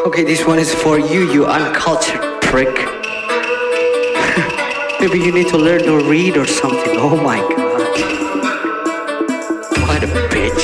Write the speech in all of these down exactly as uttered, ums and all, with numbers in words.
Okay, this one is for you, you uncultured prick. Maybe you need to learn to read or something. Oh my god. What a bitch.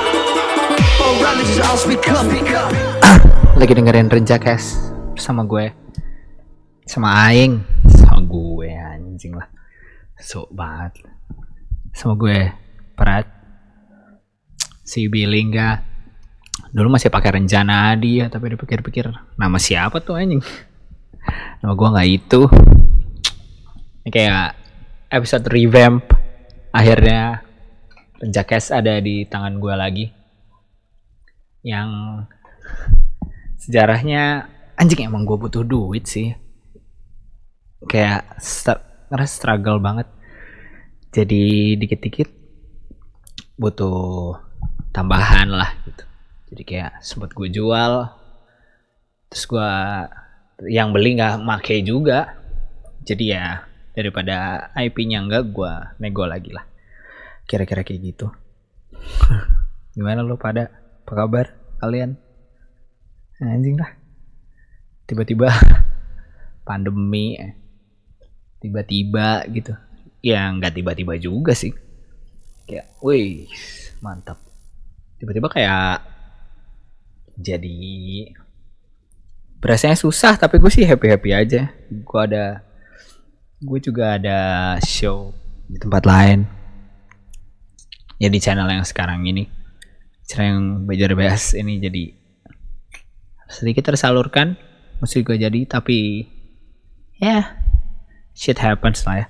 Lagi dengerin Renjakes sama gue, sama Aing, sama gue anjing lah, sok banget, sama gue Prat, si Bilingga. Dulu masih pakai Rencana Adi ya, tapi dipikir-pikir nama siapa tuh anjing? Nama gue nggak itu. Ini kayak episode revamp. Akhirnya Renjakes ada di tangan gue lagi. Yang sejarahnya anjing, emang gue butuh duit sih. Kayak st- ngerasa struggle banget. Jadi dikit-dikit butuh tambahan lah gitu. Jadi kayak sempet gue jual, terus gue yang beli nggak make juga. Jadi ya daripada I P-nya enggak, gue nego lagi lah. Kira-kira kayak gitu. Gimana lo pada? Apa kabar kalian? Anjing lah. Tiba-tiba pandemi, tiba-tiba gitu. Ya nggak tiba-tiba juga sih. Kayak, wih, mantap. Tiba-tiba kayak jadi berasanya susah, tapi gue sih happy-happy aja. Gue ada, gue juga ada show di tempat lain. Ya di channel yang sekarang ini, channel yang Bajar Beas ini, jadi sedikit tersalurkan musik gue jadi, tapi ya yeah, shit happens lah ya.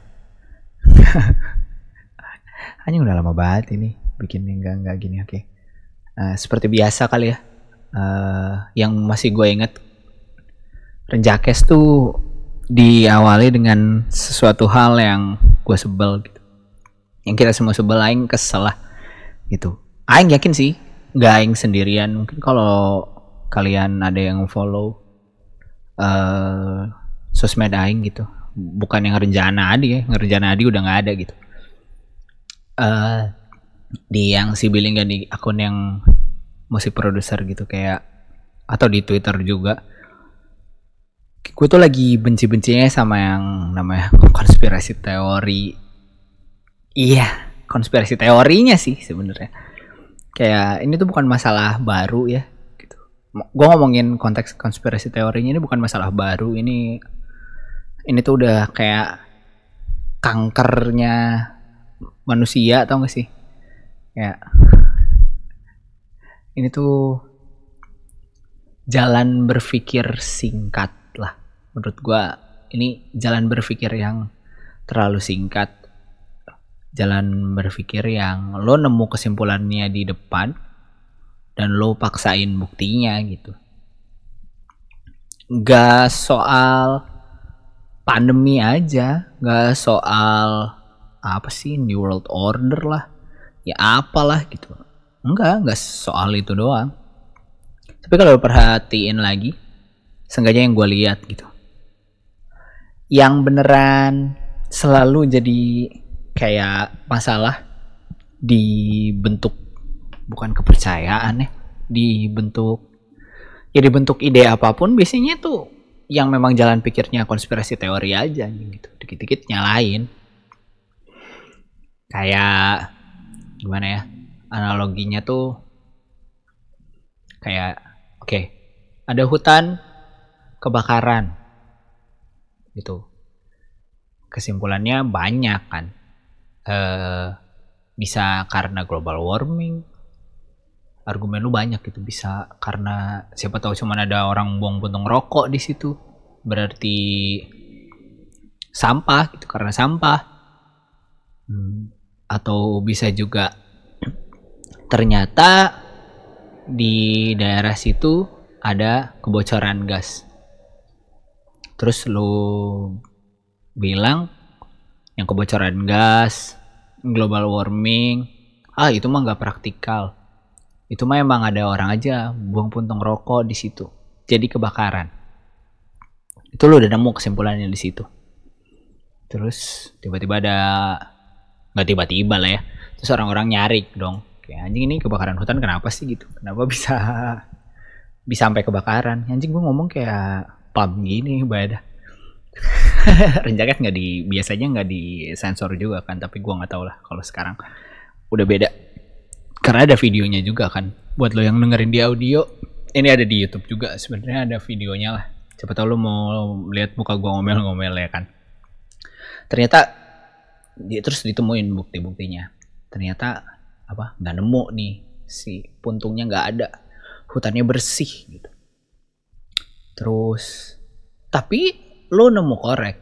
Hanya udah lama banget ini bikin enggak enggak gini. Oke, okay. uh, seperti biasa kali ya. Uh, yang masih gue inget, Renjakes tuh diawali dengan sesuatu hal yang gue sebel gitu, yang kita semua sebel. Aing kesel lah gitu. Aing yakin sih nggak Aing sendirian. Mungkin kalau kalian ada yang follow uh, sosmed Aing gitu, bukan yang Rencana Adi ya, Rencana Adi udah nggak ada gitu. Uh, di yang si Bilingga, di akun yang musik produser gitu kayak, atau di Twitter juga, gue tuh lagi benci-bencinya sama yang namanya konspirasi teori. Iya, konspirasi teorinya sih sebenarnya. Kayak ini tuh bukan masalah baru ya gitu. Gue ngomongin konteks konspirasi teorinya, ini bukan masalah baru. Ini ini tuh udah kayak kankernya manusia, tau gak sih? Ya, ini tuh jalan berpikir singkat lah. Menurut gue ini jalan berpikir yang terlalu singkat. Jalan berpikir yang lo nemu kesimpulannya di depan dan lo paksain buktinya gitu. Gak soal pandemi aja, gak soal apa sih New World Order lah, ya apalah gitu. Enggak, enggak soal itu doang. Tapi kalau perhatiin lagi, seenggaknya yang gue lihat gitu, yang beneran selalu jadi kayak masalah dibentuk, bukan kepercayaan ya, dibentuk ya dibentuk ide apapun, biasanya tuh yang memang jalan pikirnya konspirasi teori aja gitu. Dikit-dikit nyalain. Kayak gimana ya, analoginya tuh kayak, oke, okay, ada hutan kebakaran gitu, kesimpulannya banyak kan, uh, bisa karena global warming, argumen lu banyak gitu. Bisa karena siapa tahu cuma ada orang buang puntung rokok di situ, berarti sampah gitu, karena sampah. hmm. Atau bisa juga ternyata di daerah situ ada kebocoran gas, terus lu bilang yang kebocoran gas, global warming, ah itu mah nggak praktikal, itu mah emang ada orang aja buang puntung rokok di situ, jadi kebakaran. Itu lu udah nemu kesimpulannya di situ. Terus tiba-tiba ada, nggak tiba-tiba lah ya, terus orang-orang nyari dong, kayak anjing ini kebakaran hutan kenapa sih gitu, kenapa bisa bisa sampai kebakaran. Anjing gue ngomong kayak pam gini badan. Renjaket nggak di biasanya nggak di sensor juga kan, tapi gue nggak tahu lah kalau sekarang udah beda karena ada videonya juga kan. Buat lo yang dengerin di audio, ini ada di YouTube juga sebenarnya, ada videonya lah. Siapa tahu lo mau lihat muka gue ngomel-ngomel ya kan. Ternyata dia terus ditemuin bukti-buktinya. Ternyata apa? Nggak nemu nih, si puntungnya nggak ada, hutannya bersih gitu. Terus tapi lo nemu korek.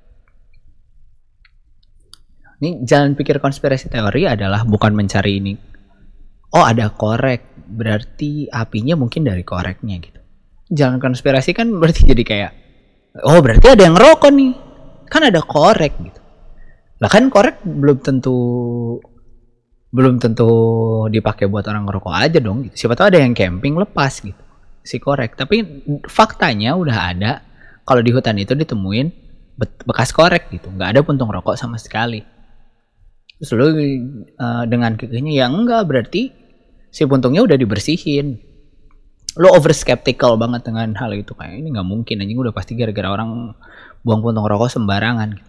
Ini jalan pikir konspirasi teori adalah bukan mencari ini. Oh ada korek, berarti apinya mungkin dari koreknya gitu. Jalan konspirasi kan berarti jadi kayak, oh berarti ada yang ngerokok nih, kan ada korek gitu. Lah kan korek belum tentu belum tentu dipakai buat orang ngerokok aja dong gitu. Siapa tahu ada yang camping lepas gitu si korek. Tapi faktanya udah ada kalau di hutan itu ditemuin bekas korek gitu, nggak ada puntung rokok sama sekali. Terus lu uh, dengan kekehnya ya enggak, berarti si puntungnya udah dibersihin. Lo over skeptical banget dengan hal itu, kayak ini nggak mungkin anjing, udah pasti gara-gara orang buang puntung rokok sembarangan gitu.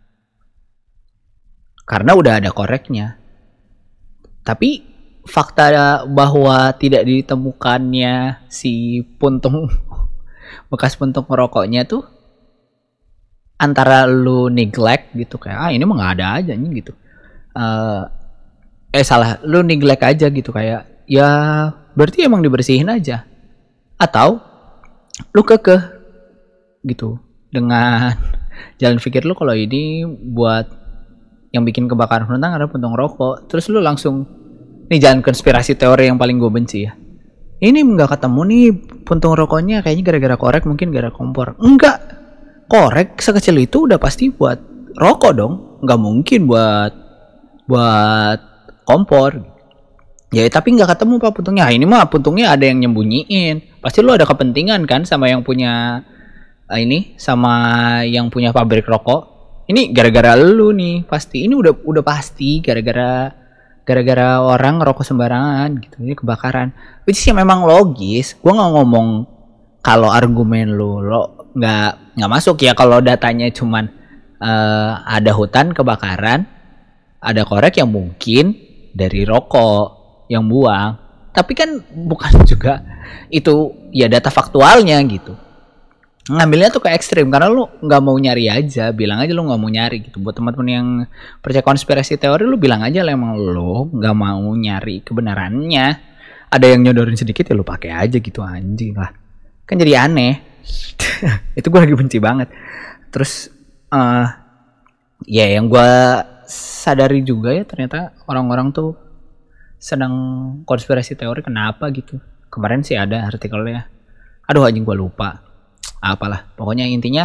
Karena udah ada koreknya. Tapi fakta bahwa tidak ditemukannya si puntung bekas puntung rokoknya tuh antara lu neglect gitu kayak ah ini mah nggak ada aja nih gitu. Uh, eh salah, lu neglect aja gitu kayak ya berarti emang dibersihin aja, atau lu kekeh gitu dengan jalan pikir lu kalau ini buat yang bikin kebakaran hutan ada puntung rokok. Terus lu langsung nih jalan konspirasi teori yang paling gue benci ya, ini nggak ketemu nih puntung rokoknya kayaknya gara-gara korek, mungkin gara-gara kompor. Enggak, korek sekecil itu udah pasti buat rokok dong, nggak mungkin buat buat kompor. Ya tapi nggak ketemu pak puntungnya. Ini mah puntungnya ada yang nyembunyiin. Pasti lu ada kepentingan kan sama yang punya uh, ini sama yang punya pabrik rokok. Ini gara-gara lu nih pasti. Ini udah udah pasti gara-gara gara-gara orang ngerokok sembarangan gitu. Ini kebakaran. Which sih memang logis. Gua nggak ngomong kalau argumen lu lo nggak nggak masuk ya kalau datanya cuman uh, ada hutan kebakaran, ada korek yang mungkin dari rokok yang buang. Tapi kan bukan juga itu ya data faktualnya gitu. Ngambilnya tuh ke ekstrim karena lu nggak mau nyari aja, bilang aja lu nggak mau nyari gitu. Buat teman-teman yang percaya konspirasi teori, lu bilang aja lah emang lu nggak mau nyari kebenarannya. Ada yang nyodorin sedikit ya lu pakai aja gitu, anjing lah. Kan jadi aneh. Itu gue lagi benci banget. Terus uh, ya yang gue sadari juga ya ternyata orang-orang tuh sedang konspirasi teori kenapa gitu. Kemarin sih ada artikelnya, aduh anjing gue lupa apalah, pokoknya intinya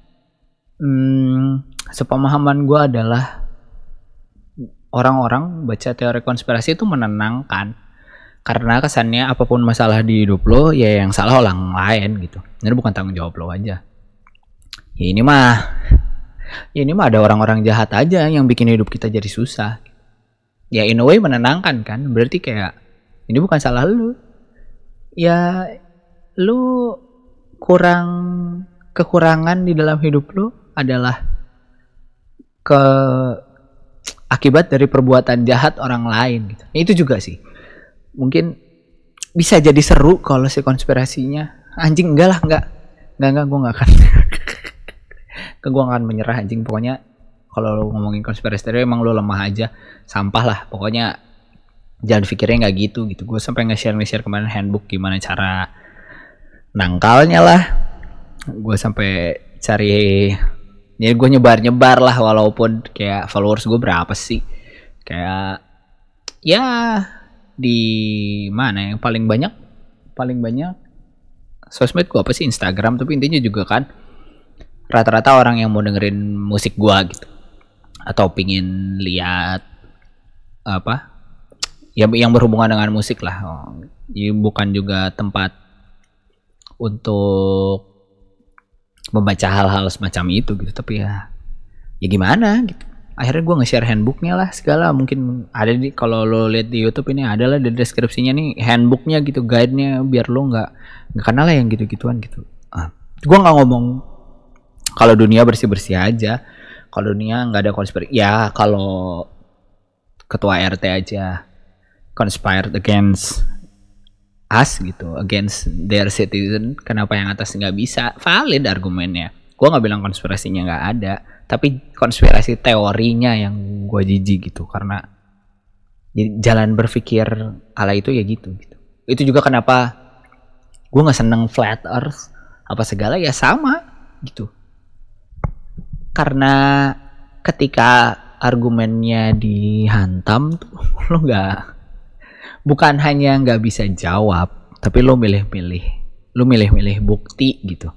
hmm, sepemahaman gue adalah orang-orang baca teori konspirasi itu menenangkan, karena kesannya apapun masalah di hidup lo ya yang salah orang lain gitu, ini bukan tanggung jawab lo aja. Ya ini mah ya ini mah ada orang-orang jahat aja yang bikin hidup kita jadi susah. Ya in a way menenangkan kan, berarti kayak ini bukan salah lu, ya lu kurang kekurangan di dalam hidup lu adalah ke akibat dari perbuatan jahat orang lain gitu. Nah, itu juga sih mungkin bisa jadi seru kalau si konspirasinya anjing. Enggak lah, enggak enggak enggak gue nggak akan ke gue akan menyerah anjing. Pokoknya kalau lo ngomongin konspirasi teori emang lo lemah aja, sampah lah pokoknya. Jangan pikirnya nggak gitu gitu. Gue sampai nge-share nge-share kemarin handbook gimana cara nangkalnya lah. Gue sampai cari, ya gue nyebar-nyebar lah, walaupun kayak followers gue berapa sih, kayak ya di mana yang paling banyak paling banyak sosmed gue apa sih, Instagram. Tapi intinya juga kan rata-rata orang yang mau dengerin musik gue gitu, atau pingin lihat apa ya yang berhubungan dengan musik lah. Oh, jadi bukan juga tempat untuk membaca hal-hal semacam itu gitu. Tapi ya ya gimana gitu, akhirnya gue nge-share handbooknya lah segala, mungkin ada di, kalau lo lihat di YouTube ini ada lah di deskripsinya nih handbooknya gitu, guide-nya, biar lo nggak nggak kenal lah yang gitu-gituan gitu. Ah, gue nggak ngomong kalau dunia bersih-bersih aja, kalau dunia nggak ada konspirasi ya, kalau ketua R T aja conspired against us gitu, against their citizen, kenapa yang atas nggak bisa? Valid argumennya. Gue nggak bilang konspirasinya nggak ada, tapi konspirasi teorinya yang gue jijik gitu, karena jalan berpikir ala itu ya gitu gitu. Itu juga kenapa gue nggak seneng flat earth apa segala ya sama gitu, karena ketika argumennya dihantam tuh lo nggak, bukan hanya nggak bisa jawab, tapi lo milih-milih, lo milih-milih bukti gitu.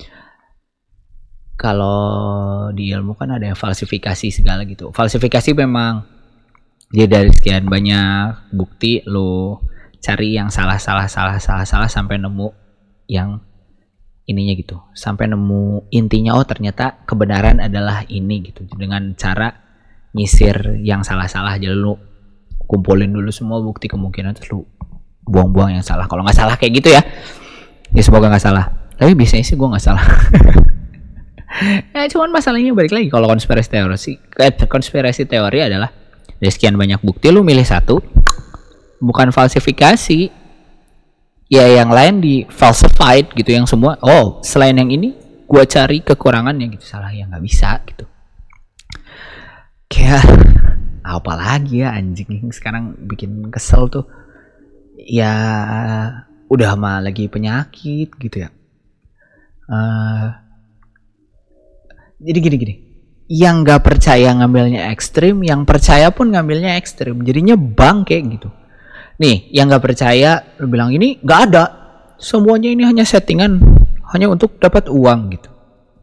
Kalau di ilmu kan ada yang falsifikasi segala gitu. Falsifikasi memang dia dari sekian banyak bukti lo cari yang salah salah salah salah salah sampai nemu yang ininya gitu, sampai nemu intinya, oh ternyata kebenaran adalah ini gitu, dengan cara nyisir yang salah-salah aja. Lu kumpulin dulu semua bukti kemungkinan terus lu buang-buang yang salah. Kalau nggak salah kayak gitu ya, ya semoga nggak salah. Tapi biasanya sih gue nggak salah. Ya cuman masalahnya balik lagi, kalau konspirasi teori sih, konspirasi teori adalah dari sekian banyak bukti lu milih satu, bukan falsifikasi. Ya yang lain di falsified gitu, yang semua oh selain yang ini gue cari kekurangannya gitu, salah ya nggak bisa gitu. Kayak apa lagi ya anjing sekarang bikin kesel tuh ya, udah mah lagi penyakit gitu ya. Uh, jadi gini-gini, yang nggak percaya ngambilnya ekstrim, yang percaya pun ngambilnya ekstrim, jadinya bangke gitu. Nih, yang nggak percaya lu bilang ini nggak ada, semuanya ini hanya settingan, hanya untuk dapat uang gitu.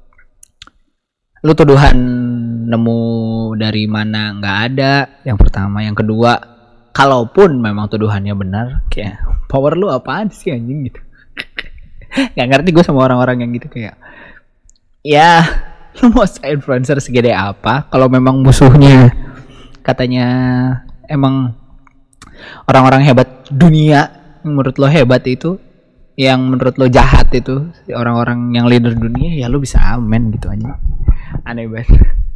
Lu tuduhan nemu dari mana nggak ada, yang pertama. Yang kedua, kalaupun memang tuduhannya benar, kayak power lu apaan sih anjing gitu. Nggak ngerti gue sama orang-orang yang gitu, kayak ya lu mau influencer segede apa kalau memang musuhnya katanya emang orang-orang hebat dunia, yang menurut lo hebat itu, yang menurut lo jahat itu orang-orang yang leader dunia, ya lo bisa amen gitu aja. Aneh banget.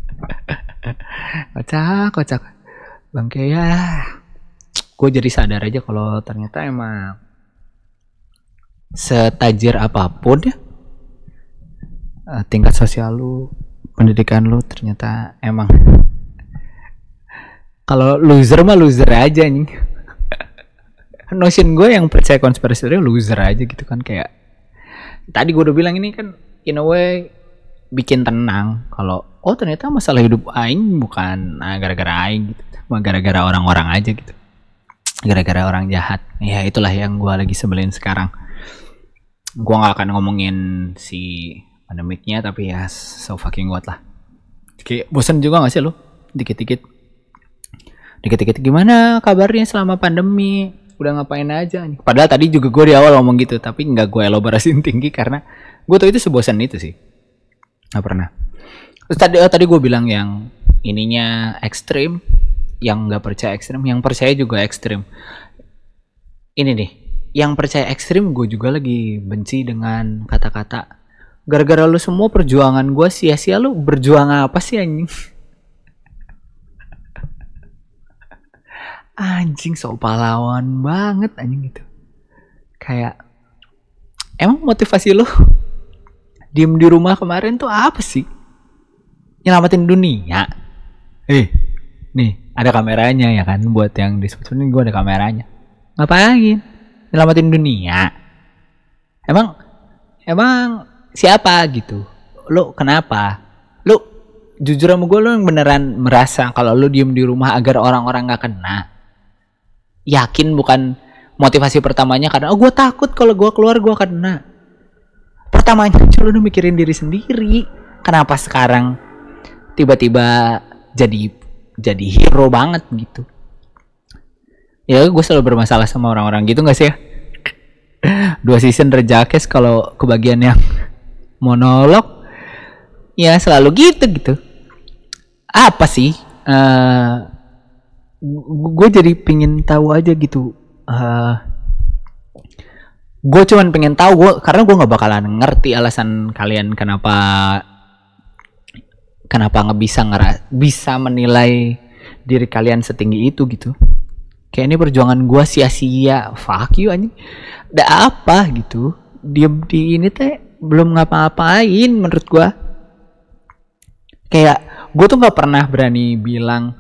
Kocak, kocak. Bangke ya. Gue jadi sadar aja kalau ternyata emang setajir apapun ya, tingkat sosial lu, pendidikan lu, ternyata emang kalau loser mah loser aja nih. Notion gue yang percaya konspirasi teori loser aja gitu kan, kayak tadi gue udah bilang ini kan in a way bikin tenang kalau oh ternyata masalah hidup aing bukan nah, gara-gara aing gitu, cuma gara-gara orang-orang aja gitu, gara-gara orang jahat. Ya itulah yang gue lagi sebelin sekarang. Gue nggak akan ngomongin si pandemiknya, tapi ya so fucking what lah. Kayak bosan juga gak sih lo? Dikit-dikit Dikit-dikit gimana kabarnya selama pandemi? Udah ngapain aja? Padahal tadi juga gue di awal ngomong gitu, tapi gak gue elaborasiin tinggi karena gue tau itu sebosan itu sih. Gak pernah. Terus tadi, oh, tadi gue bilang yang ininya ekstrim, yang gak percaya ekstrim, yang percaya juga ekstrim. Ini nih, yang percaya ekstrim gue juga lagi benci dengan kata-kata gara-gara lu semua perjuangan gue sia-sia. Lu berjuang apa sih anjing? Anjing so pahlawan banget anjing gitu. Kayak emang motivasi lu diem di rumah kemarin tuh apa sih? Nyelamatin dunia. Eh, nih ada kameranya ya kan, buat yang disebut ini gue ada kameranya. Ngapain? Nyelamatin dunia. Emang emang siapa gitu? Lu kenapa? Lu jujur sama gue, lu yang beneran merasa kalau lu diem di rumah agar orang-orang gak kena? Yakin bukan motivasi pertamanya karena oh gue takut kalau gue keluar gue kena? Pertamanya lu udah mikirin diri sendiri. Kenapa sekarang tiba-tiba jadi jadi hero banget gitu? Ya gue selalu bermasalah sama orang-orang gitu gak sih ya? Dua season Rejakes kalau kebagian yang monolog ya selalu gitu gitu. Apa sih uh, gue jadi pingin tahu aja gitu. Uh, gue cuman pengen tahu gue karena gue nggak bakalan ngerti alasan kalian kenapa kenapa nggak bisa ngera bisa menilai diri kalian setinggi itu gitu. Kayak ini perjuangan gue sia-sia. Fuck you anjing. Ada apa gitu? Diem di ini teh belum ngapa-ngapain menurut gue. Kayak gue tuh nggak pernah berani bilang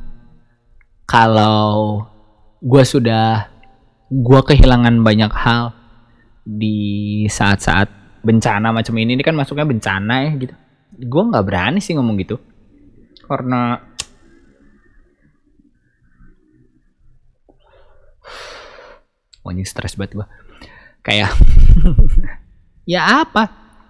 kalau gue sudah gue kehilangan banyak hal di saat-saat bencana macam ini. Ini kan masuknya bencana ya gitu. Gue nggak berani sih ngomong gitu karena oh ini stres banget gue. Kayak ya apa?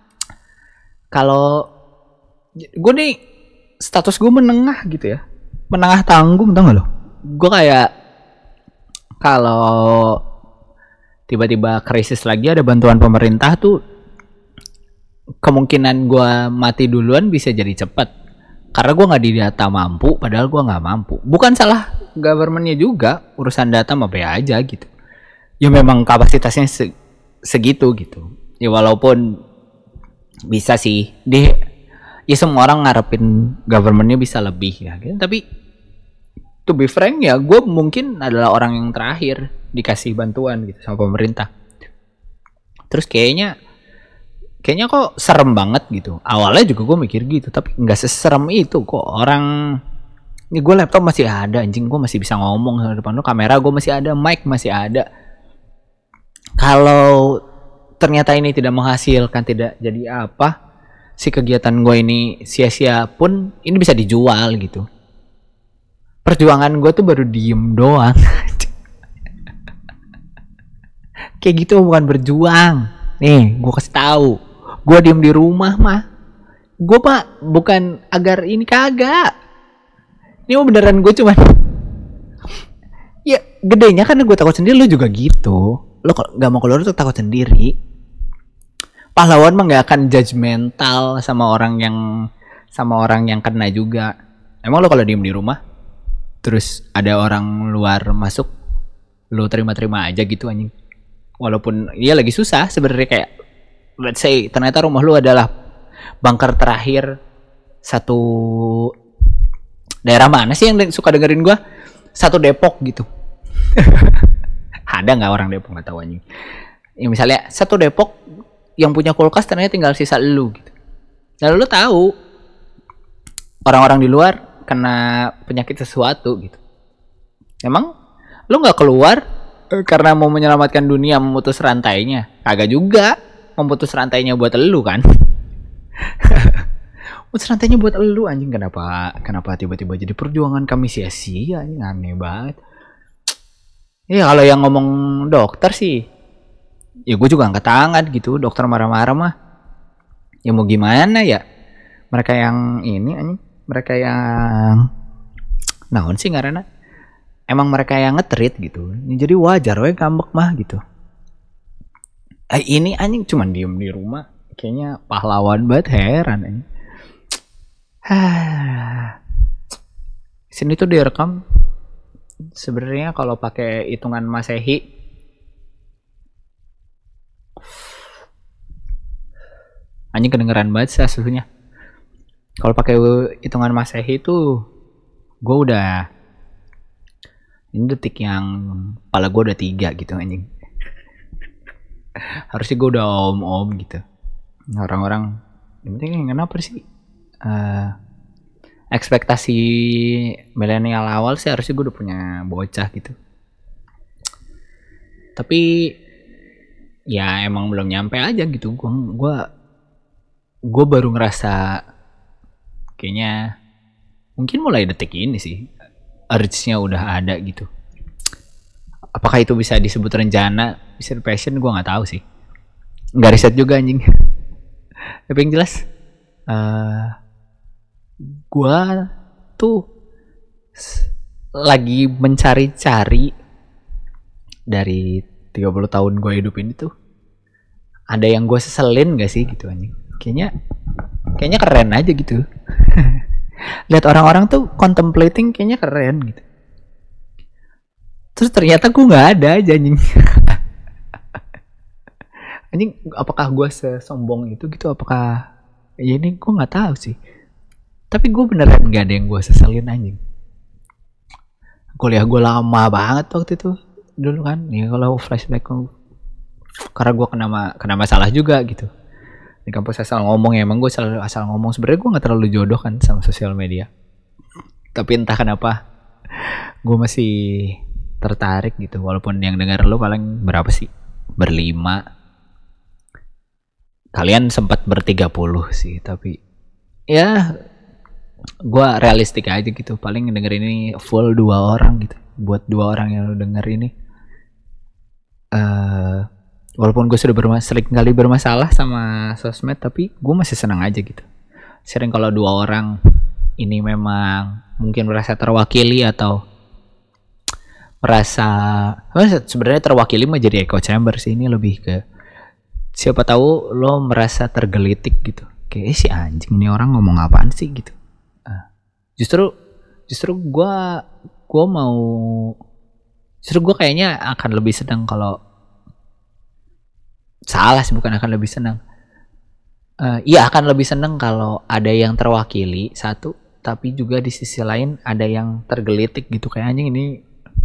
Kalau gue nih status gue menengah gitu ya, menengah tanggung, tau gak lo? Gue kayak kalau tiba-tiba krisis lagi ada bantuan pemerintah tuh kemungkinan gue mati duluan bisa jadi cepet karena gue nggak didata mampu, padahal gue nggak mampu. Bukan salah governmentnya juga, urusan data mah be aja gitu. Ya memang kapasitasnya se- segitu gitu. Ya walaupun bisa sih, deh. Ya semua orang ngarepin governmentnya bisa lebih ya. Gitu. Tapi to be frank ya, gue mungkin adalah orang yang terakhir dikasih bantuan gitu sama pemerintah. Terus kayaknya kayaknya kok serem banget gitu. Awalnya juga gue mikir gitu, tapi nggak seserem itu kok. Orang ini gue laptop masih ada, anjing, gue masih bisa ngomong sama depan lu, kamera gue masih ada, mic masih ada. Kalau ternyata ini tidak menghasilkan, tidak jadi apa, si kegiatan gue ini sia-sia pun ini bisa dijual gitu. Perjuangan gue tuh baru diem doang. Kayak gitu bukan berjuang. Nih, gue kasih tahu. Gue diem di rumah mah. Gue pak bukan agar ini kagak. Ini mah beneran gue cuman. Ya gedenya kan gue takut sendiri, lu juga gitu. Lu kalau nggak mau keluar tuh takut sendiri. Pahlawan mah nggak akan judgmental sama orang yang sama orang yang kena juga. Emang lu kalau diem di rumah, terus ada orang luar masuk, lu terima-terima aja gitu anjing. Walaupun dia lagi susah sebenarnya, kayak let's say ternyata rumah lu adalah bunker terakhir satu daerah mana sih yang suka dengerin gua? Satu Depok gitu. Ada nggak orang Depok nggak tahu anjing. Ya misalnya satu Depok yang punya kulkas ternyata tinggal sisa lu gitu. Lalu lu tahu orang-orang di luar kena penyakit sesuatu gitu. Emang lu nggak keluar karena mau menyelamatkan dunia, memutus rantainya? Kagak juga. Memutus rantainya buat elu kan. Memutus rantainya buat elu anjing. Kenapa kenapa tiba-tiba jadi perjuangan kami sia-sia? Anjing aneh banget. Ya kalau yang ngomong dokter sih, ya gue juga angkat tangan gitu. Dokter marah-marah mah ya mau gimana ya. Mereka yang ini anjing, mereka yang naon sih ngaranna, emang mereka yang nge-treat gitu. Jadi wajar we ngambek mah gitu. Eh, ini anjing cuman diem di rumah, kayaknya pahlawan banget, heran anjing. Sini tuh direkam sebenarnya kalau pakai hitungan Masehi anjing kedengeran banget sih aslinya. Kalau pakai hitungan Masehi tuh gue udah, ini detik yang kepala gue udah tiga gitu anjing. Harusnya gue udah om-om gitu. Orang-orang yang penting kenapa sih uh, ekspektasi milenial awal sih harusnya gue udah punya bocah gitu. Tapi ya emang belum nyampe aja gitu. Gue gue gue baru ngerasa kayaknya mungkin mulai detik ini sih urge-nya udah ada gitu. Apakah itu bisa disebut rencana, bisa passion, gue nggak tahu sih. Nggak riset juga anjing. Tapi yang jelas, uh, gue tuh lagi mencari-cari dari tiga puluh tahun gue hidup ini tuh ada yang gue seselin gak sih gitu anjing. Kayaknya kayaknya keren aja gitu. lihat orang-orang tuh contemplating kayaknya keren gitu. Terus ternyata gue nggak ada aja anjing. Anjing, apakah gue sesombong itu gitu? Apakah ya ini gue nggak tahu sih. Tapi gue beneran nggak ada yang gue seselin anjing. Kuliah gue lama banget waktu itu dulu kan. Ya kalau flashback karena gue kena ma- kena masalah juga gitu. Di kampus asal ngomong ya, emang gue selalu asal ngomong. Sebenarnya gue nggak terlalu jodoh kan sama sosial media. Tapi entah kenapa gue masih tertarik gitu. Walaupun yang denger lu paling berapa sih? Berlima. Kalian sempat bertiga puluh sih. Tapi ya gue realistik aja gitu. Paling denger ini full dua orang gitu. Buat dua orang yang lu denger ini. Uh, walaupun gue sudah bermas- sering kali bermasalah sama sosmed. Tapi gue masih senang aja gitu. Sering kalau dua orang ini memang mungkin merasa terwakili atau merasa sebenarnya terwakili mah jadi echo chamber sih. Ini lebih ke siapa tahu lo merasa tergelitik gitu, kayak si anjing ini orang ngomong apaan sih gitu. uh, justru justru gue gue mau justru gue kayaknya akan lebih senang kalau salah sih bukan akan lebih senang uh, iya akan lebih senang kalau ada yang terwakili satu, tapi juga di sisi lain ada yang tergelitik gitu, kayak anjing ini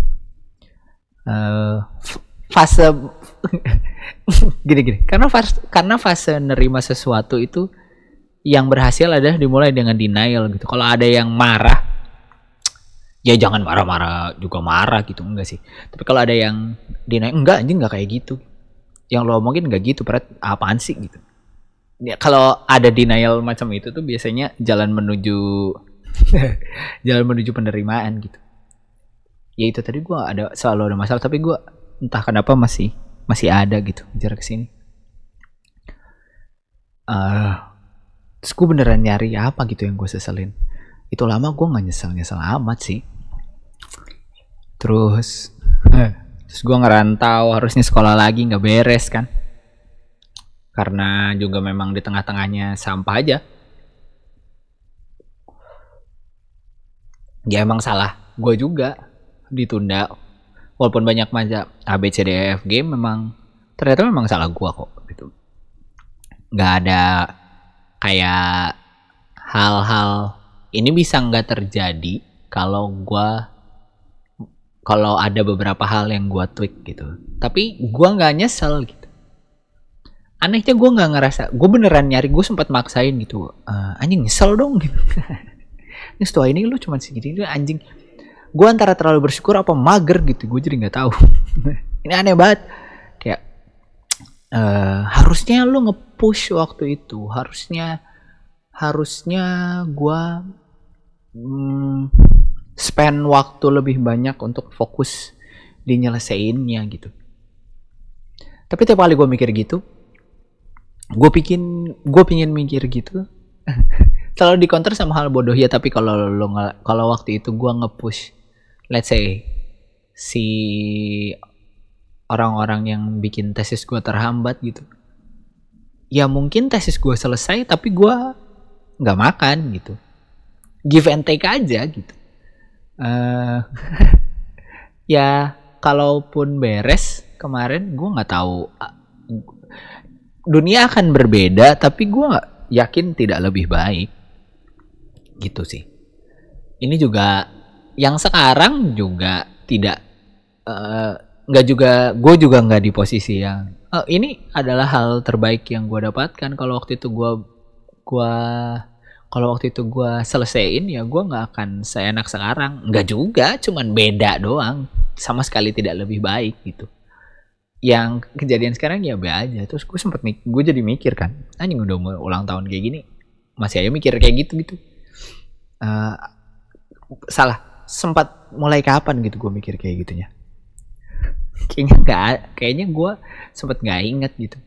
Uh, fase gini-gini karena fase karena fase nerima sesuatu itu yang berhasil adalah dimulai dengan denial gitu. Kalau ada yang marah ya jangan marah-marah juga marah gitu, enggak sih. Tapi kalau ada yang denial, enggak anjing enggak kayak gitu, yang lo omongin enggak gitu, berat apaan sih gitu ya. Kalau ada denial macam itu tuh biasanya jalan menuju jalan menuju penerimaan gitu. Ya itu tadi gue ada selalu ada masalah, tapi gue entah kenapa masih masih ada gitu jarak kesini. Uh, terus gue beneran nyari apa gitu yang gue seselin. Itu lama gue nggak nyesel nyesel amat sih. Terus, terus gue ngerantau, harusnya sekolah lagi nggak beres kan? Karena juga memang di tengah-tengahnya sampah aja. Ya emang salah gue juga. Ditunda walaupun banyak macam A B C D E F G, memang ternyata memang salah gua kok gitu. Nggak ada kayak hal-hal ini bisa nggak terjadi kalau gua kalau ada beberapa hal yang gua tweak gitu, tapi gua nggak nyesel gitu. Anehnya gua nggak ngerasa, gua beneran nyari, gua sempat maksain gitu, uh, anjing nyesel dong gitu. Ini setelah ini lu cuma segini anjing. Gue antara terlalu bersyukur apa mager gitu, gue jadi nggak tahu. Ini aneh banget. Kayak uh, harusnya lu nge-push waktu itu, harusnya harusnya gue hmm, spend waktu lebih banyak untuk fokus di nyelesainnya gitu. Tapi tiap kali gue mikir gitu, gue bikin gue pingin mikir gitu, selalu di counter sama hal bodoh ya. Tapi kalau lo kalau waktu itu gue nge-push, let's say si orang-orang yang bikin tesis gue terhambat gitu, ya mungkin tesis gue selesai tapi gue nggak makan gitu, give and take aja gitu. Uh, ya kalaupun beres kemarin, gue nggak tahu dunia akan berbeda, tapi gue nggak yakin tidak lebih baik gitu sih. Ini juga yang sekarang juga tidak nggak uh, juga gue juga nggak di posisi yang uh, ini adalah hal terbaik yang gue dapatkan. Kalau waktu itu gue gue kalau waktu itu gue selesaiin, ya gue nggak akan seenak sekarang. Nggak juga, cuman beda doang, sama sekali tidak lebih baik gitu. Yang kejadian sekarang ya be aja. Terus gue sempet mik- gue jadi mikir kan, anjing udah umur ulang tahun kayak gini masih aja mikir kayak gitu gitu. Uh, salah sempat mulai kapan gitu gue mikir kayak gitunya. Kayaknya nggak, kayaknya gue sempet nggak inget gitu.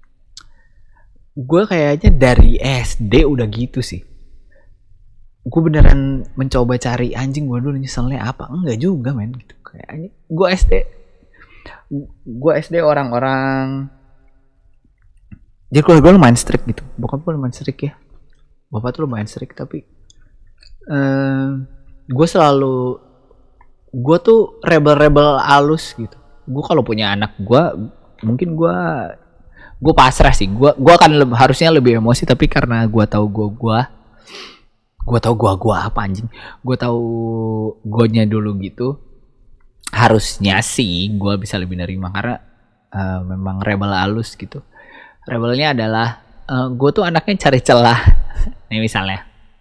Gue kayaknya dari S D udah gitu sih. Gue beneran mencoba cari anjing gue dulu nyeselnya apa. Enggak juga men gitu. Kayaknya gue S D gue S D orang-orang, jadi kalau gue lumayan strict gitu. Bokap gue lumayan strict ya, bapak tuh lumayan strict, tapi uh, gue selalu gue tuh rebel-rebel alus gitu. Gue kalau punya anak gue mungkin gue gue pasrah sih. Gue gue akan le- harusnya lebih emosi, tapi karena gue tahu gue gue gue tahu gue gue apa anjing. Gue tahu gue-nya dulu gitu. Harusnya sih gue bisa lebih nerima karena uh, memang rebel alus gitu. Rebelnya adalah uh, gue tuh anaknya cari celah. Nih misalnya,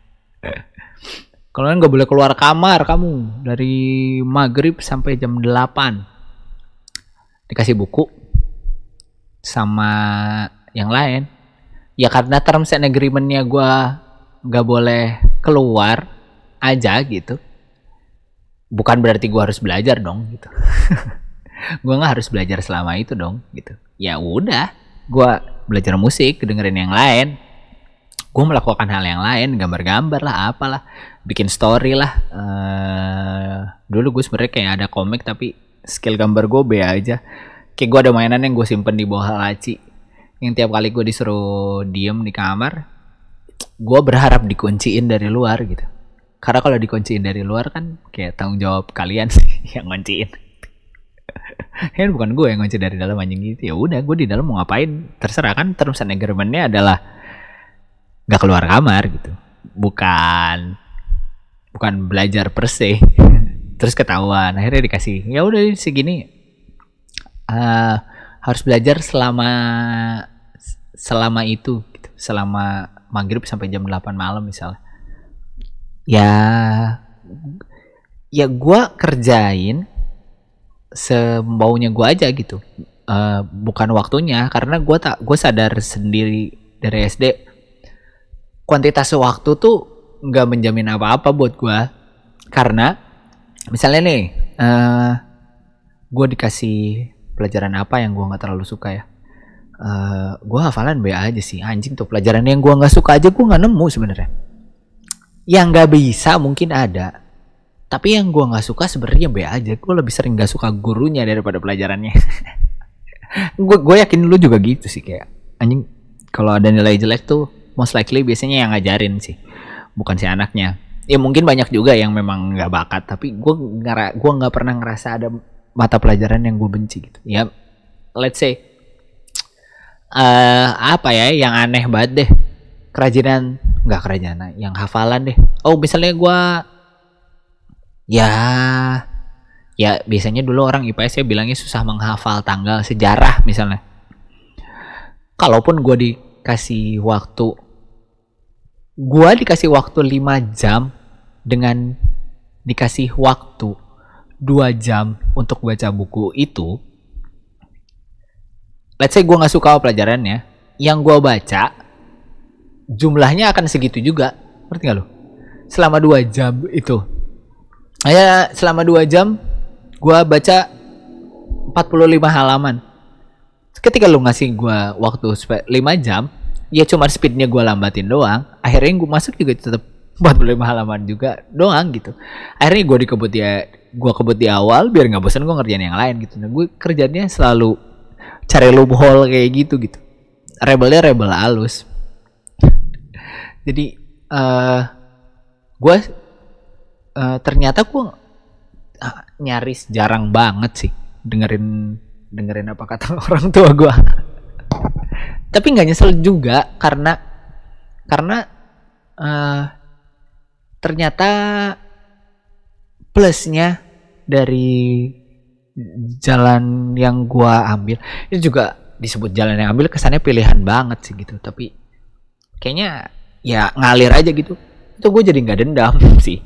kalau nggak boleh keluar kamar kamu dari maghrib sampai jam delapan. Dikasih buku sama yang lain. Ya karena terms and agreement-nya gue nggak boleh keluar aja gitu. Bukan berarti gue harus belajar dong gitu. Gue nggak harus belajar selama itu dong gitu. Ya udah, gue belajar musik, dengerin yang lain. Gue melakukan hal yang lain, gambar-gambar lah, apalah, bikin story lah. Uh, dulu gue sebenarnya kayak ada komik tapi skill gambar gue be aja. Kayak gue ada mainan yang gue simpen di bawah laci. Yang tiap kali gue disuruh diem di kamar, gue berharap dikunciin dari luar gitu. Karena kalau dikunciin dari luar kan kayak tanggung jawab kalian sih yang ngunciin. Kan bukan gue yang ngunci dari dalam anjing gitu. Ya udah, gue di dalam mau ngapain terserah kan. Terms and agreement-nya adalah nggak keluar kamar gitu. Bukan bukan belajar per se. Terus ketahuan, akhirnya dikasih ya udah segini. Uh, harus belajar selama selama itu gitu. Selama maghrib sampai jam delapan malam misalnya. Ya ya gue kerjain semaunya gue aja gitu. Uh, bukan waktunya, karena gue tak gue sadar sendiri dari S D kuantitas waktu tuh nggak menjamin apa-apa buat gue. Karena misalnya nih, uh, gue dikasih pelajaran apa yang gue nggak terlalu suka ya, uh, gue hafalan be aja sih anjing. Tuh pelajaran yang gue nggak suka aja gue nggak nemu sebenarnya. Yang nggak bisa mungkin ada, tapi yang gue nggak suka sebenarnya be aja. Gue lebih sering nggak suka gurunya daripada pelajarannya. Gue gue yakin lu juga gitu sih, kayak anjing kalau ada nilai jelek tuh most likely biasanya yang ngajarin sih, bukan si anaknya. Ya mungkin banyak juga yang memang nggak bakat, tapi gue nggak gue nggak pernah ngerasa ada mata pelajaran yang gue benci gitu. Ya let's say uh, apa ya yang aneh banget deh, kerajinan nggak kerajinan yang hafalan deh. Oh misalnya gue ya ya biasanya dulu orang I P S ya bilangnya susah menghafal tanggal sejarah misalnya. Kalaupun gue dikasih waktu gue dikasih waktu lima jam dengan dikasih waktu dua jam untuk baca buku itu, let's say gue nggak suka pelajarannya, yang gue baca jumlahnya akan segitu juga, ngerti nggak lo? Selama dua jam itu, ya selama dua jam gue baca empat puluh lima halaman. Ketika lo ngasih gue waktu lima jam, ya cuma speednya gue lambatin doang. Akhirnya gue masuk juga tetap empat puluh lima halaman juga doang gitu. Akhirnya gue dikebut ya, gue kebut di awal biar nggak bosan gue ngerjain yang lain gitu. Nah gue kerjanya selalu cari loophole kayak gitu gitu. Rebelnya rebel halus. Jadi uh, gue uh, ternyata gue uh, nyaris jarang banget sih dengerin dengerin apa kata orang tua gue. Tapi nggak nyesel juga karena karena uh, ternyata plusnya dari jalan yang gue ambil itu juga disebut jalan yang ambil, kesannya pilihan banget sih gitu. Tapi kayaknya ya ngalir aja gitu. Itu gue jadi nggak dendam sih.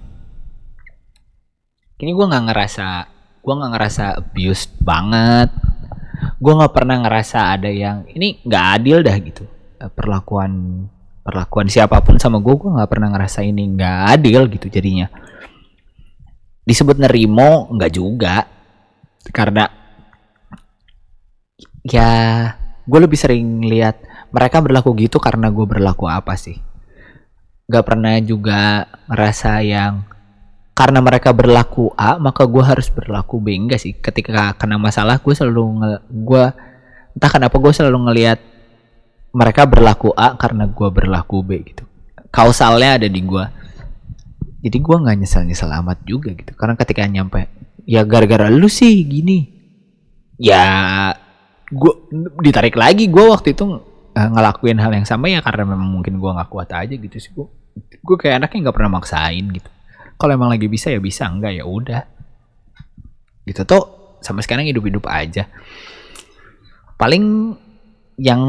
Kini gue nggak ngerasa gue nggak ngerasa abused banget. Gue nggak pernah ngerasa ada yang ini nggak adil dah gitu. Perlakuan perlakuan siapapun sama gue, gue nggak pernah ngerasa ini nggak adil gitu jadinya. Disebut nerimo nggak juga, karena ya gue lebih sering lihat mereka berlaku gitu karena gue berlaku apa sih. Gak pernah juga ngerasa yang karena mereka berlaku A maka gue harus berlaku B. Enggak sih. Ketika kena masalah gue selalu nge- gue entah kenapa gue selalu ngelihat mereka berlaku A karena gue berlaku B gitu. Kausalnya ada di gue. Jadi gue nggak nyesel-nyesel amat juga gitu. Karena ketika nyampe, ya gara-gara lu sih gini. Ya gue ditarik lagi, gue waktu itu uh, ngelakuin hal yang sama ya karena memang mungkin gue nggak kuat aja gitu sih. Gue gue kayak anaknya nggak pernah maksain gitu. Kalau emang lagi bisa ya bisa, enggak ya udah. Gitu tuh sampai sekarang hidup-hidup aja. Paling yang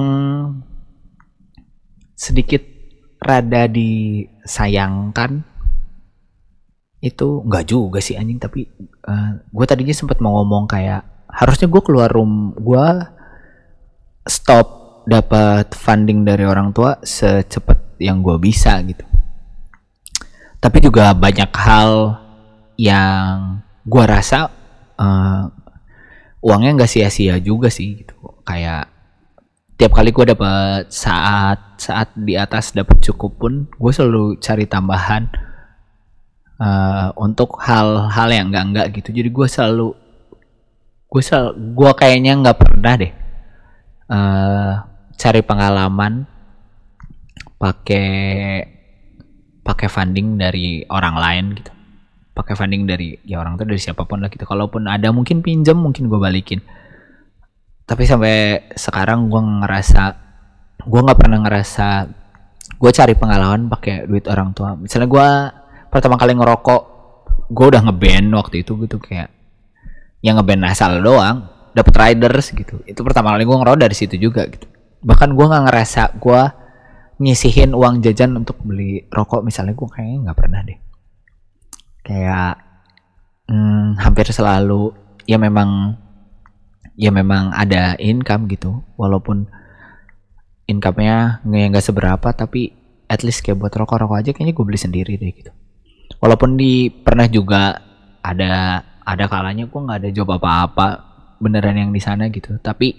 sedikit rada disayangkan itu nggak juga sih anjing, tapi uh, gue tadinya sempat mau ngomong kayak harusnya gue keluar room, gue stop dapat funding dari orang tua secepat yang gue bisa gitu. Tapi juga banyak hal yang gue rasa uh, uangnya nggak sia-sia juga sih gitu. Kayak tiap kali gue dapat saat saat di atas dapat cukup pun gue selalu cari tambahan Uh, untuk hal-hal yang enggak-enggak gitu. Jadi gue selalu gue selalu gue kayaknya nggak pernah deh uh, cari pengalaman pakai pakai funding dari orang lain gitu. Pakai funding dari ya orang tuh dari siapapun lah gitu. Kalaupun ada mungkin pinjam mungkin gue balikin. Tapi sampai sekarang gue ngerasa gue nggak pernah ngerasa gue cari pengalaman pakai duit orang tua. Misalnya gue pertama kali ngerokok, gue udah ngeband waktu itu gitu kayak yang ngeband asal doang, dapet riders gitu. Itu pertama kali gue ngerokok dari situ juga gitu. Bahkan gue nggak ngerasa gue nyisihin uang jajan untuk beli rokok misalnya, gue kayaknya nggak pernah deh. Kayak hmm, hampir selalu ya memang ya memang ada income gitu, walaupun income-nya nggak seberapa, tapi at least kayak buat rokok-rokok aja kayaknya gue beli sendiri deh gitu. Walaupun di pernah juga ada ada kalanya gue nggak ada job apa-apa beneran yang di sana gitu, tapi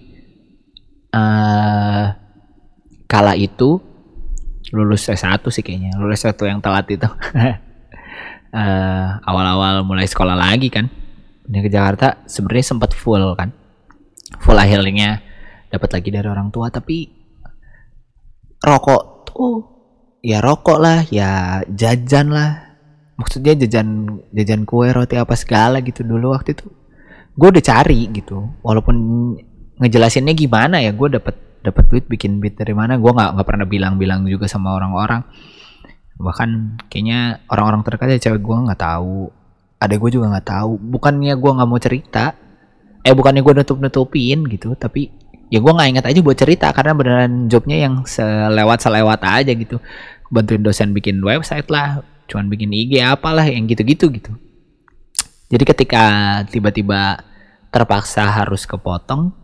uh, kala itu lulus S satu sih kayaknya, lulus S satu yang telat itu. uh, awal-awal mulai sekolah lagi kan ini ke Jakarta, sebenarnya sempat full kan full akhirnya dapat lagi dari orang tua, tapi rokok tuh ya rokok lah ya jajan lah. Maksudnya jajan jajan kue roti apa segala gitu dulu waktu itu gue udah cari gitu, walaupun ngejelasinnya gimana ya, gue dapet dapet duit bikin beat dari mana gue nggak nggak pernah bilang-bilang juga sama orang-orang, bahkan kayaknya orang-orang terdekat ya cewek gue nggak tahu, adek gue juga nggak tahu. Bukannya gue nggak mau cerita, eh bukannya gue nutup-nutupin gitu, tapi ya gue nggak ingat aja buat cerita karena beneran jobnya yang selewat selewat aja gitu, bantuin dosen bikin website lah, cuman bikin I G apalah yang gitu-gitu gitu. Jadi ketika tiba-tiba terpaksa harus kepotong,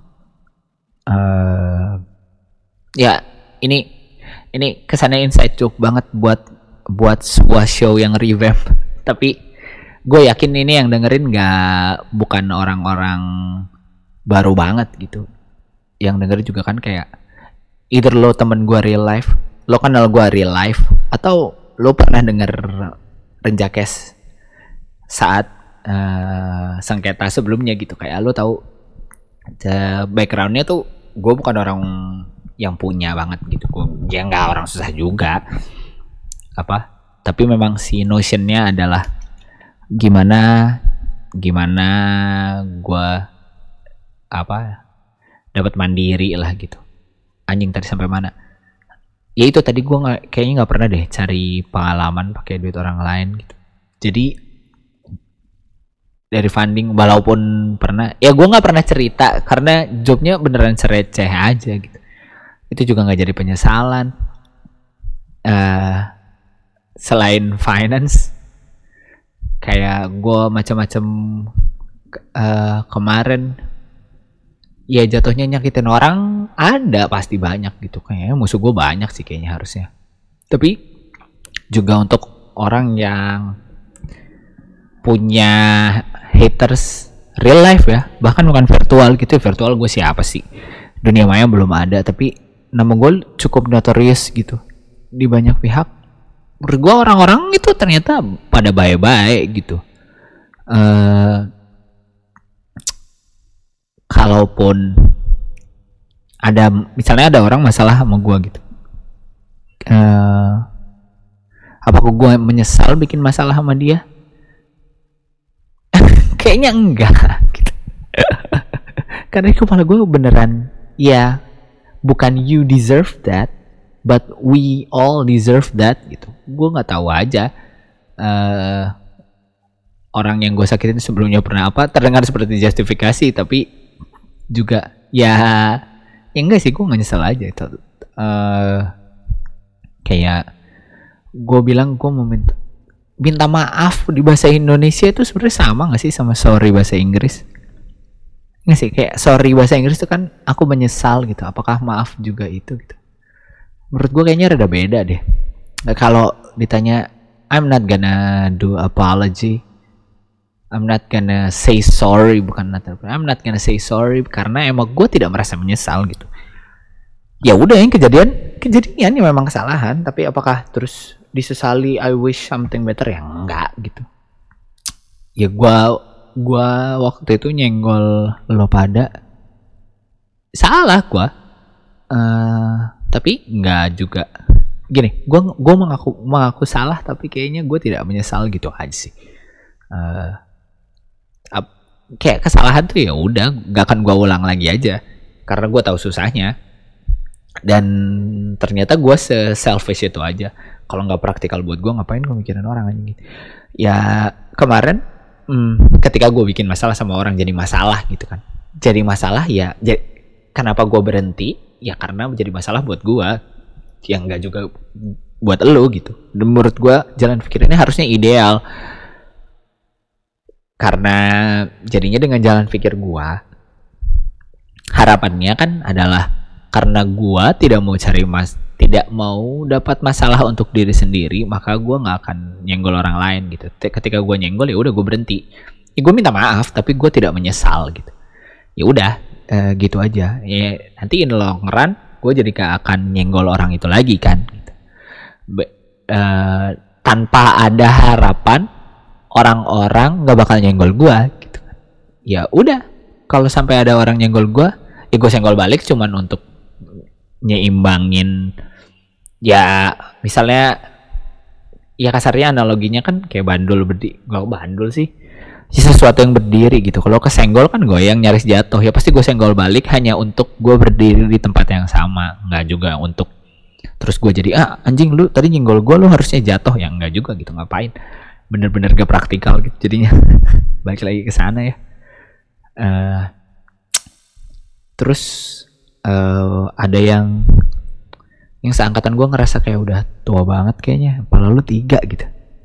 uh, ya ini ini kesannya inside joke banget buat buat sebuah show yang revamp. Tapi gue yakin ini yang dengerin nggak bukan orang-orang baru banget gitu. Yang dengerin juga kan kayak either lo temen gue real life, lo kenal gue real life, atau lo pernah denger Renjakes saat uh, sengketa sebelumnya gitu. Kayak lo tahu backgroundnya tuh gue bukan orang yang punya banget gitu, gue ya nggak orang susah juga apa, tapi memang si notionnya adalah gimana gimana gue apa dapat mandiri lah gitu. Anjing tadi sampai mana? Ya itu tadi gue nggak kayaknya nggak pernah deh cari pengalaman pakai duit orang lain gitu. Jadi dari funding walaupun pernah, ya gue nggak pernah cerita karena jobnya beneran receh aja gitu. Itu juga nggak jadi penyesalan. Uh, selain finance, kayak gue macam-macam uh, kemarin. Ya jatuhnya nyakitin orang ada pasti banyak gitu, kayaknya musuh gue banyak sih kayaknya harusnya. Tapi juga untuk orang yang punya haters real life ya, bahkan bukan virtual gitu. Virtual gue siapa sih, dunia maya belum ada, tapi nama gue cukup notorious gitu di banyak pihak. Menurut gue orang-orang itu ternyata pada baik-baik gitu. Uh, Kalaupun ada misalnya ada orang masalah sama gue gitu, uh, Apakah gue menyesal bikin masalah sama dia? Kayaknya enggak gitu. Karena di kepala gue beneran, ya bukan you deserve that, but we all deserve that gitu. Gue nggak tahu aja uh, orang yang gue sakitin sebelumnya pernah apa. Terdengar seperti justifikasi, tapi juga ya, ya enggak sih, gue nggak nyesel aja itu. Uh, kayak gue bilang gue mau minta minta maaf di bahasa Indonesia itu sebenarnya sama nggak sih sama sorry bahasa Inggris? Nggak sih, kayak sorry bahasa Inggris itu kan aku menyesal gitu. Apakah maaf juga itu gitu? Menurut gue kayaknya rada beda deh. Nah, kalau ditanya I'm not gonna do apology, I'm not gonna say sorry, bukan not, I'm not gonna say sorry karena emang gue tidak merasa menyesal gitu. Ya udah, yang kejadian kejadian ya memang kesalahan, tapi apakah terus disesali I wish something better? Ya enggak gitu. Ya gua gua waktu itu nyenggol lo pada salah gua. Uh, tapi enggak juga. Gini, gua gua mengaku mengaku salah tapi kayaknya gua tidak menyesal gitu aja sih. Uh, ap, kayak kesalahan tuh ya udah, enggak akan gua ulang lagi aja karena gua tahu susahnya. Dan ternyata gue se-selfish itu aja. Kalau nggak praktikal buat gue, ngapain gue mikirin orang aja gitu. Ya kemarin hmm, ketika gue bikin masalah sama orang jadi masalah gitu kan. Jadi masalah ya, jadi, kenapa gue berhenti? Ya karena menjadi masalah buat gue, yang nggak juga buat elo gitu. Dan menurut gue jalan pikirnya harusnya ideal. Karena jadinya dengan jalan pikir gue, harapannya kan adalah karena gua tidak mau cari mas, tidak mau dapat masalah untuk diri sendiri, maka gua nggak akan nyenggol orang lain gitu. Ketika gua nyenggol ya udah gua berhenti. Ya gua minta maaf, tapi gua tidak menyesal gitu. Ya udah, eh, gitu aja. Ya nanti in the long run, gua jadi gak akan nyenggol orang itu lagi kan. Gitu. Be- eh, tanpa ada harapan, orang-orang nggak bakal nyenggol gua gitu. Ya udah, kalau sampai ada orang nyenggol gua, ya gua senggol balik cuman untuk nyeimbangin, ya misalnya ya kasarnya analoginya kan kayak bandul berdiri, gak bandul sih, sesuatu yang berdiri gitu. Kalau kesenggol kan goyang nyaris jatuh, ya pasti gue senggol balik hanya untuk gue berdiri di tempat yang sama, nggak juga untuk terus gue jadi ah anjing lu tadi nyenggol gue, lu harusnya jatuh, ya nggak juga gitu, ngapain, bener-bener gak praktikal gitu jadinya. Balik lagi ke sana ya. Uh, terus Uh, ada yang yang seangkatan gue ngerasa kayak udah tua banget kayaknya, kepala lu tiga gitu.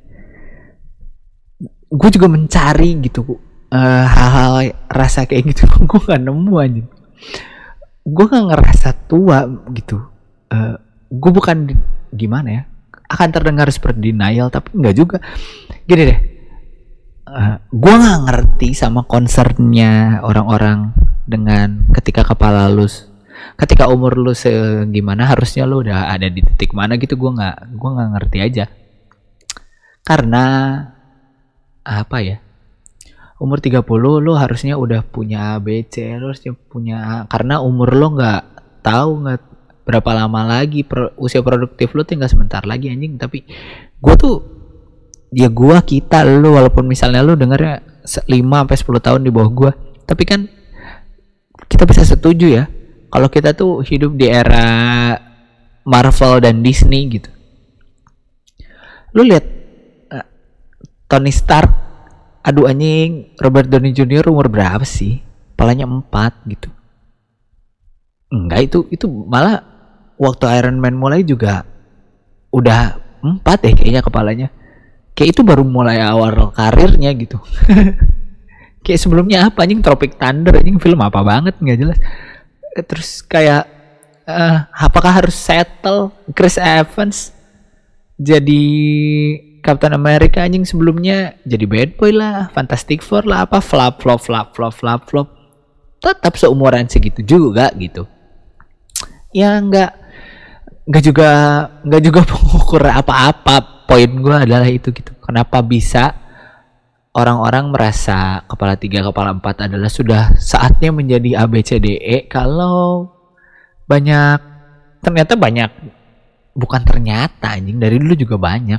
Gue juga mencari gitu uh, hal-hal rasa kayak gitu. Gue gak nemu aja. Gue gak ngerasa tua gitu. Uh, gue bukan di, gimana ya, akan terdengar seperti denial tapi enggak juga. Gini deh, uh, gue gak ngerti sama concernnya orang-orang dengan ketika kepala lu, ketika umur lu segimana harusnya lu udah ada di titik mana gitu. Gue nggak gue nggak ngerti aja, karena apa ya, umur tiga puluh lu harusnya udah punya A B C, lu harusnya punya, karena umur lu nggak tahu nggak berapa lama lagi, pro, usia produktif lu tinggal sebentar lagi anjing. Tapi gue tuh ya gue kita lu walaupun misalnya lu dengarnya lima sampai sepuluh tahun di bawah gue, tapi kan kita bisa setuju ya kalau kita tuh hidup di era Marvel dan Disney gitu. Lu lihat uh, Tony Stark, aduh anjing, Robert Downey Junior umur berapa sih? Palanya empat gitu. Enggak, itu itu malah waktu Iron Man mulai juga udah empat deh kayaknya kepalanya. Kayak itu baru mulai awal karirnya gitu. Kayak sebelumnya apa anjing, Tropic Thunder anjing, film apa banget nggak jelas. Terus kayak uh, apakah harus settle Chris Evans jadi Captain America anjing, sebelumnya jadi bad boy lah, Fantastic Four lah, apa flop flop flop flop flop flop, tetap seumuran segitu juga gitu. Ya nggak nggak juga nggak juga pengukur apa-apa. Poin gue adalah itu gitu. Kenapa bisa orang-orang merasa kepala tiga, kepala empat adalah sudah saatnya menjadi A B C D E, kalau banyak, ternyata banyak, bukan ternyata anjing, dari dulu juga banyak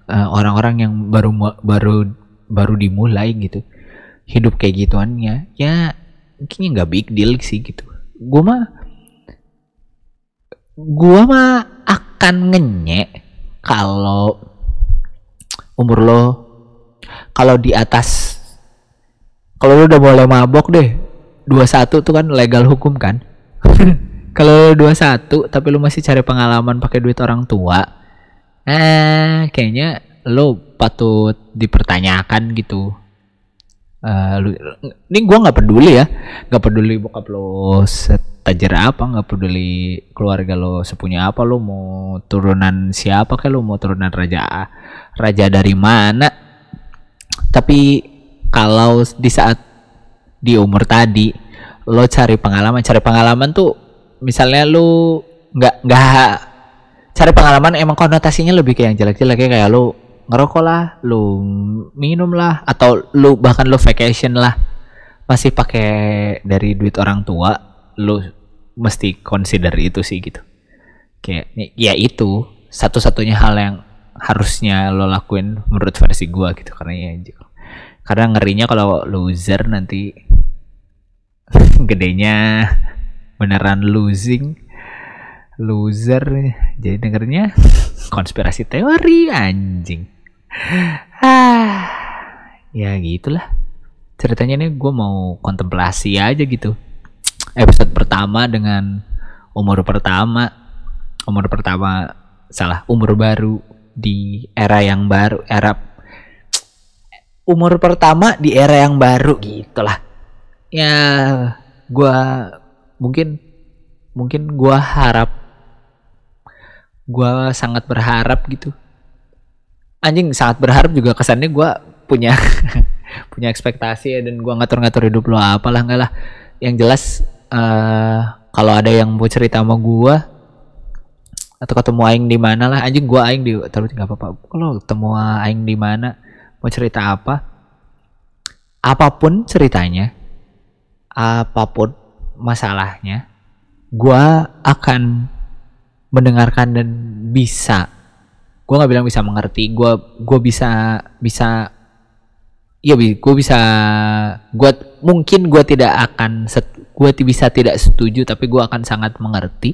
uh, orang-orang yang baru baru baru dimulai gitu hidup kayak gituannya, ya kayaknya nggak big deal sih gitu. Gue mah gue mah akan ngenyek kalau umur lo kalau di atas, kalau lo udah mulai mabok deh dua puluh satu tuh kan legal hukum kan. Kalau dua puluh satu tapi lu masih cari pengalaman pakai duit orang tua, eh kayaknya lu patut dipertanyakan gitu. Uh, lu, ini gue nggak peduli ya, nggak peduli bokap lo setajir apa, nggak peduli keluarga lo sepunya apa, lo mau turunan siapa kayak, lo mau turunan raja raja dari mana. Tapi kalau di saat di umur tadi lo cari pengalaman, cari pengalaman tuh misalnya lo nggak nggak cari pengalaman emang konotasinya lebih kayak yang jelek-jelek, kayak lo ngerokok lah, lu minum lah, atau lu bahkan lu vacation lah, masih pakai dari duit orang tua, lu mesti consider itu sih gitu. Kayak ya itu satu-satunya hal yang harusnya lo lakuin menurut versi gua gitu, karena ya karena ngerinya kalau loser nanti gedenya beneran losing loser, jadi dengernya konspirasi teori anjing. Ah, ya gitulah ceritanya nih. Gue mau kontemplasi aja gitu episode pertama dengan umur pertama umur pertama salah umur baru di era yang baru, era umur pertama di era yang baru gitulah ya. Gue mungkin mungkin gue harap gue sangat berharap gitu. Anjing sangat berharap juga kesannya gue punya punya ekspektasi ya, dan gue ngatur-ngatur hidup lo apalah, enggak lah. Yang jelas uh, kalau ada yang mau cerita sama gue atau ketemu aing di mana lah, anjing gue aing di terus nggak apa-apa. Kalau ketemu aing di mana mau cerita apa, apapun ceritanya, apapun masalahnya, gue akan mendengarkan dan bisa, gue nggak bilang bisa mengerti, gue gue bisa bisa ya gue bisa gue mungkin gue tidak akan set, gue bisa tidak setuju, tapi gue akan sangat mengerti,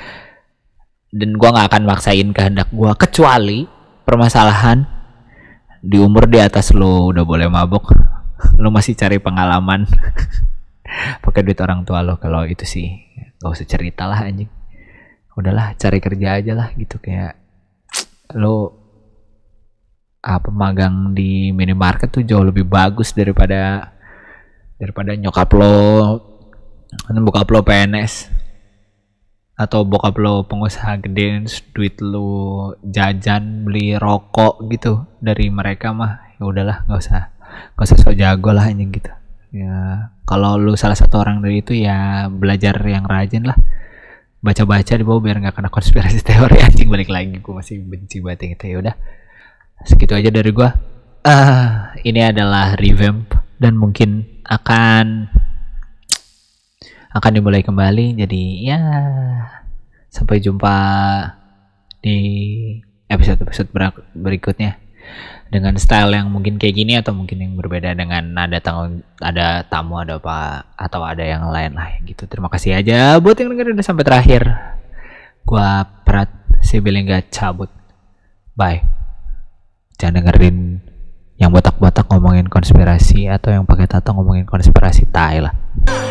dan gue nggak akan maksain kehendak gue, kecuali permasalahan di umur di atas lo udah boleh mabok, lo masih cari pengalaman pakai duit orang tua lo. Kalau itu sih gak usah cerita lah anjing, udahlah cari kerja aja lah gitu. Kayak lo apa magang di minimarket tuh jauh lebih bagus daripada daripada nyokap lo, bokap lo P N S atau bokap lo pengusaha gede, duit lo jajan beli rokok gitu dari mereka mah. Ya udahlah nggak usah nggak usah so jago lah anjing gitu ya. Kalau lo salah satu orang dari itu ya belajar yang rajin lah, baca-baca di bawah biar nggak kena konspirasi teori anjing. Balik lagi gue masih benci banget gitu. Ya udah segitu aja dari gue. Uh, ini adalah revamp dan mungkin akan akan dimulai kembali. Jadi ya sampai jumpa di episode-episode berikutnya dengan style yang mungkin kayak gini atau mungkin yang berbeda, dengan ada tamu, ada tamu, ada apa atau ada yang lain lah gitu. Terima kasih aja buat yang dengerin udah sampai terakhir. Gua Prat si Bilingga cabut. Bye. Jangan dengerin yang botak-botak ngomongin konspirasi atau yang pakai tato ngomongin konspirasi, tai lah.